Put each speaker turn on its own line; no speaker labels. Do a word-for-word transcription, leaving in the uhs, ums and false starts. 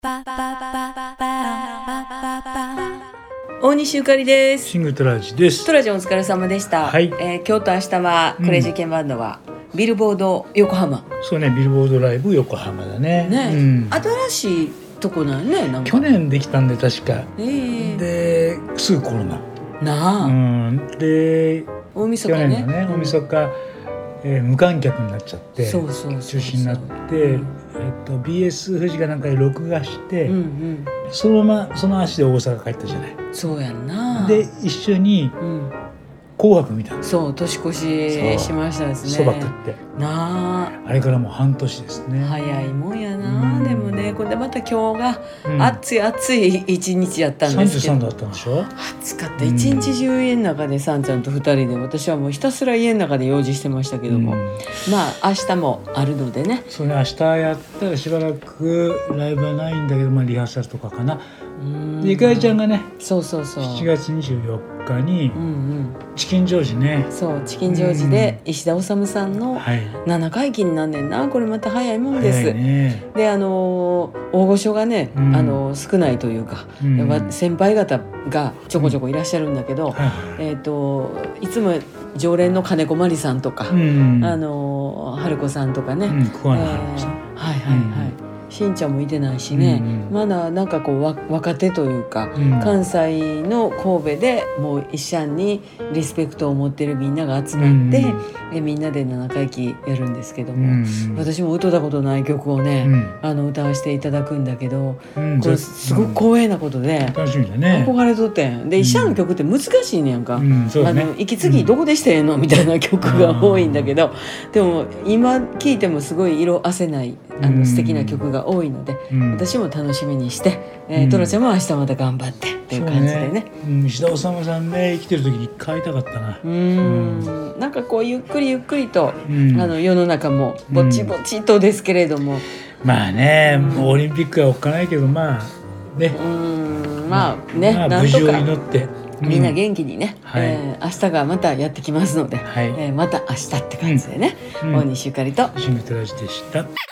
パパパパパパ大西ゆかりです。
シングトラジです。
トラジお疲れ様でした、
はい
えー、今日と明日はクレイジーケンバンドは、うん、ビルボード横浜。
そうね、ビルボードライブ横浜だね。
ね、
うん、
新しいとこなんね。なんか
去年できたんで確か、
えー、
ですぐコロナ
なあ、
うん、で
大晦日ね、
去年のね大晦日、えー、無観客になっちゃって
そうそうそうそう
中止になって、うんえっと、ビーエス 富士がなんかで録画して、うんうん、そのままその足で大阪帰ったじゃない。
そうやんな。
で一緒に紅白見たんです。
そう年越ししましたですね。
そば食って
なあ、
あれからもう半年ですね。
早いもんやな、うん、でもねこれでまた今日が暑い暑い一日やったんですけど、
さんじゅうさんどだったんでしょ。
暑かった。一日中家の中でさんちゃんとふたりで、私はもうひたすら家の中で用事してましたけども、うん、まあ明日もあるのでね。
そうね、明日やったらしばらくライブはないんだけど、まあ、リハーサルとかかな。でゆかりちゃんがね、
そうそうそう、
しちがつにじゅうよっかにチキンジョージね、
そうチキンジョージで石田治さんのななかい忌になんねんな。これまた早いもんです、ね、であの大御所がね、うん、あの少ないというか、うん、先輩方がちょこちょこいらっしゃるんだけど、うんえー、といつも常連の金子まりさんとか、うん、あの春子さんとかね、うんえー、はいはいはい、うんしんちゃんもいてないしね、うんうん、まだなんかこう若手というか、うん、関西の神戸でもう一緒にリスペクトを持ってるみんなが集まって、うん、みんなでななかい忌やるんですけども、うん、私も歌ったことない曲をね、うん、あの歌わせていただくんだけど、うん、これすごく光栄なことで、
うん、楽しみだね。
憧れとってんで、一緒の曲って難しいねやんか、うんね、あの息継ぎどこでしてんの、みたいな曲が多いんだけど、でも今聴いてもすごい色あせないあの素敵な曲が多いので、うん、私も楽しみにして、えーうん、トラちゃんも明日また頑張ってっていう感じでね。
石田治さんね、生きてる時に会いたかったな。
うん、うんなんかこうゆっくりゆっくりと、うん、あの世の中もぼちぼちとですけれども、うん、
まあね、うん、もうオリンピックはおっかないけど、まあね、
うんまあね、
まあ、無事を祈って
みんな元気にね、うんはいえー、明日がまたやってきますので、はいえー、また明日って感じでね、うん、大西ゆかりと
シングトラジでした。